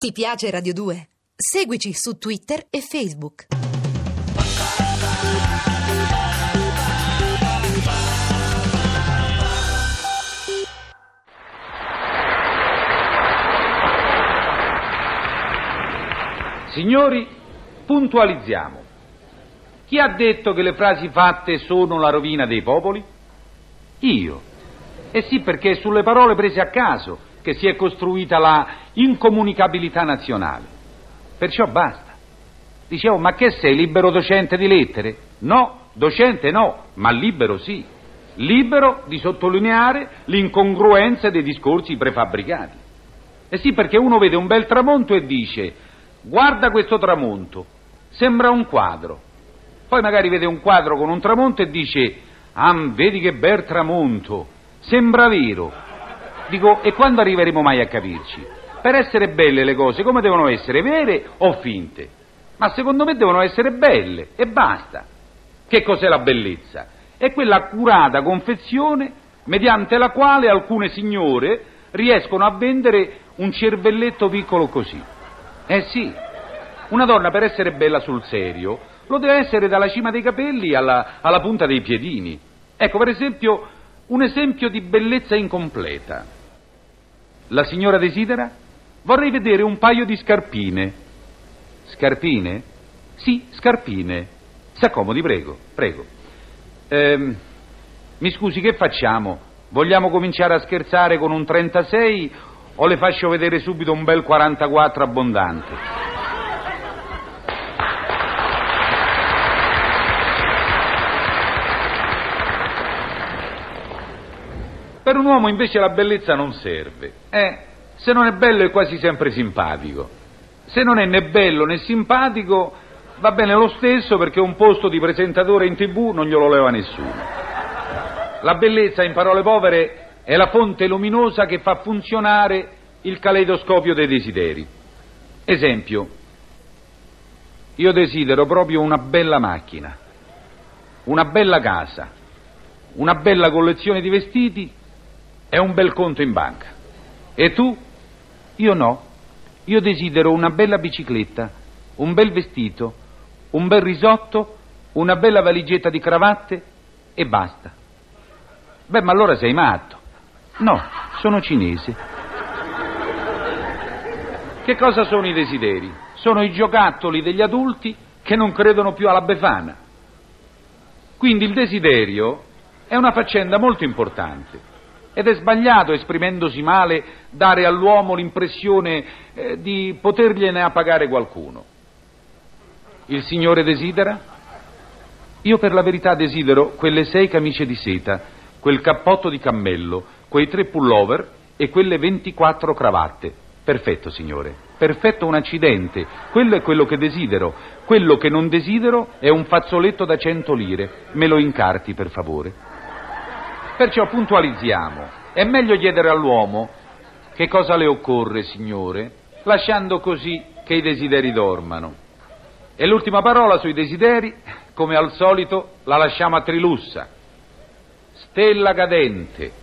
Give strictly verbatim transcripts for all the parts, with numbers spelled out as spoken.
Ti piace Radio due? Seguici su Twitter e Facebook. Signori, puntualizziamo. Chi ha detto che le frasi fatte sono la rovina dei popoli? Io. Eh sì, perché è sulle parole prese a caso che si è costruita la incomunicabilità nazionale. Perciò basta. Dicevo, ma che sei, libero docente di lettere? No, docente no, ma libero sì. Libero di sottolineare l'incongruenza dei discorsi prefabbricati. Eh sì, perché uno vede un bel tramonto e dice: guarda questo tramonto, sembra un quadro. Poi magari vede un quadro con un tramonto e dice: ah, vedi che bel tramonto, sembra vero. Dico, e quando arriveremo mai a capirci? Per essere belle le cose, come devono essere, vere o finte? Ma secondo me devono essere belle, e basta. Che cos'è la bellezza? È quella accurata confezione mediante la quale alcune signore riescono a vendere un cervelletto piccolo così. Eh sì, una donna per essere bella sul serio lo deve essere dalla cima dei capelli alla, alla punta dei piedini. Ecco, per esempio, un esempio di bellezza incompleta. La signora desidera? Vorrei vedere un paio di scarpine. Scarpine? Sì, scarpine. S'accomodi, prego, prego. Ehm, mi scusi, che facciamo? Vogliamo cominciare a scherzare con un trentasei o le faccio vedere subito un bel quarantaquattro abbondante? Per un uomo invece la bellezza non serve. Eh, se non è bello è quasi sempre simpatico. Se non è né bello né simpatico va bene lo stesso, perché un posto di presentatore in tivù non glielo leva nessuno. La bellezza, in parole povere, è la fonte luminosa che fa funzionare il caleidoscopio dei desideri. Esempio, io desidero proprio una bella macchina, una bella casa, una bella collezione di vestiti e un bel conto in banca. E tu? Io no. Io desidero una bella bicicletta, un bel vestito, un bel risotto, una bella valigetta di cravatte e basta. Beh, ma allora sei matto. No, sono cinese. Che cosa sono i desideri? Sono i giocattoli degli adulti che non credono più alla Befana. Quindi il desiderio è una faccenda molto importante. Ed è sbagliato, esprimendosi male, dare all'uomo l'impressione eh, di potergliene appagare qualcuno. Il Signore desidera? Io per la verità desidero quelle sei camicie di seta, quel cappotto di cammello, quei tre pullover e quelle ventiquattro cravatte. Perfetto, Signore, perfetto, un accidente. Quello è quello che desidero. Quello che non desidero è un fazzoletto da cento lire. Me lo incarti, per favore. Perciò puntualizziamo. È meglio chiedere all'uomo che cosa le occorre, Signore, lasciando così che i desideri dormano. E l'ultima parola sui desideri, come al solito, la lasciamo a Trilussa. Stella cadente.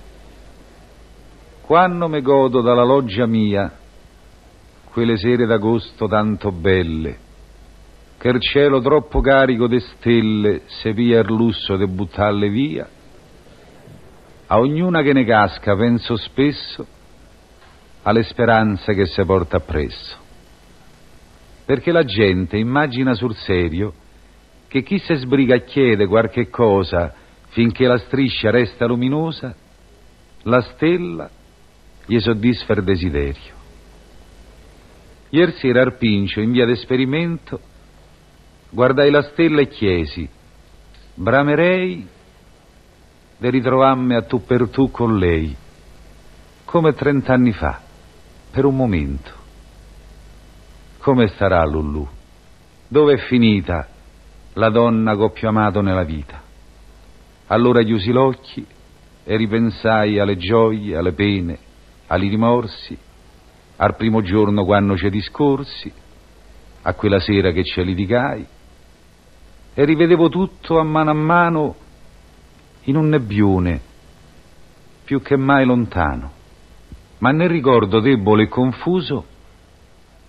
Quando me godo dalla loggia mia quelle sere d'agosto tanto belle, che il cielo troppo carico de stelle se via il lusso de buttarle via, a ognuna che ne casca penso spesso alle speranze che se porta appresso, perché la gente immagina sul serio che chi se sbriga e chiede qualche cosa finché la striscia resta luminosa, la stella gli soddisfa il desiderio. Ieri sera al Pincio, in via d'esperimento, guardai la stella e chiesi: bramerei de ritrovarmi a tu per tu con lei, come trent'anni fa, per un momento. Come starà Lulù? Dove è finita la donna che ho più amato nella vita? Allora chiusi gli occhi e ripensai alle gioie, alle pene, ai rimorsi, al primo giorno quando ci discorsi, a quella sera che ci litigai, e rivedevo tutto a mano a mano in un nebbione più che mai lontano, ma nel ricordo debole e confuso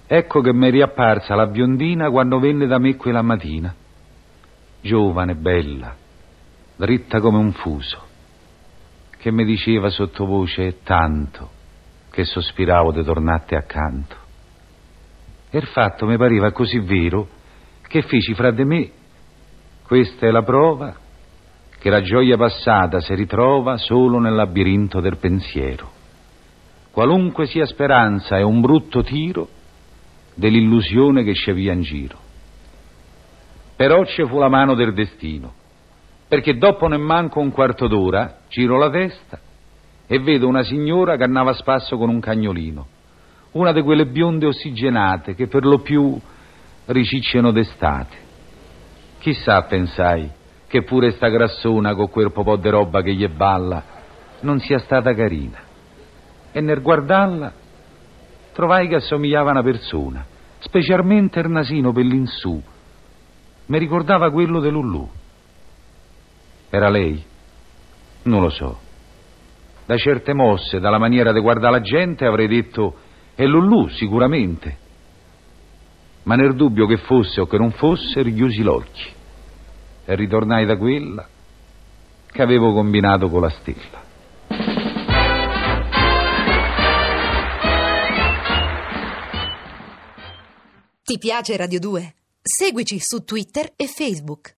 ecco che mi è riapparsa la biondina quando venne da me quella mattina, giovane, bella, dritta come un fuso, che mi diceva sottovoce tanto che sospiravo di tornarti accanto. E il fatto mi pareva così vero che feci fra di me: questa è la prova che la gioia passata si ritrova solo nel labirinto del pensiero. Qualunque sia speranza è un brutto tiro dell'illusione che ci avvia in giro. Però ci fu la mano del destino, perché dopo nemmanco un quarto d'ora giro la testa e vedo una signora che andava a spasso con un cagnolino, una di quelle bionde ossigenate che per lo più ricicciano d'estate. Chissà, pensai, che pure sta grassona con quel po' di roba che gli balla non sia stata carina. E nel guardarla trovai che assomigliava a una persona, specialmente il nasino per l'insù. Mi ricordava quello di Lulù. Era lei? Non lo so. Da certe mosse, dalla maniera di guardare la gente, avrei detto è Lulù sicuramente. Ma nel dubbio che fosse o che non fosse, richiusi gli occhi e ritornai da quella che avevo combinato con la stella. Ti piace Radio due? Seguici su Twitter e Facebook.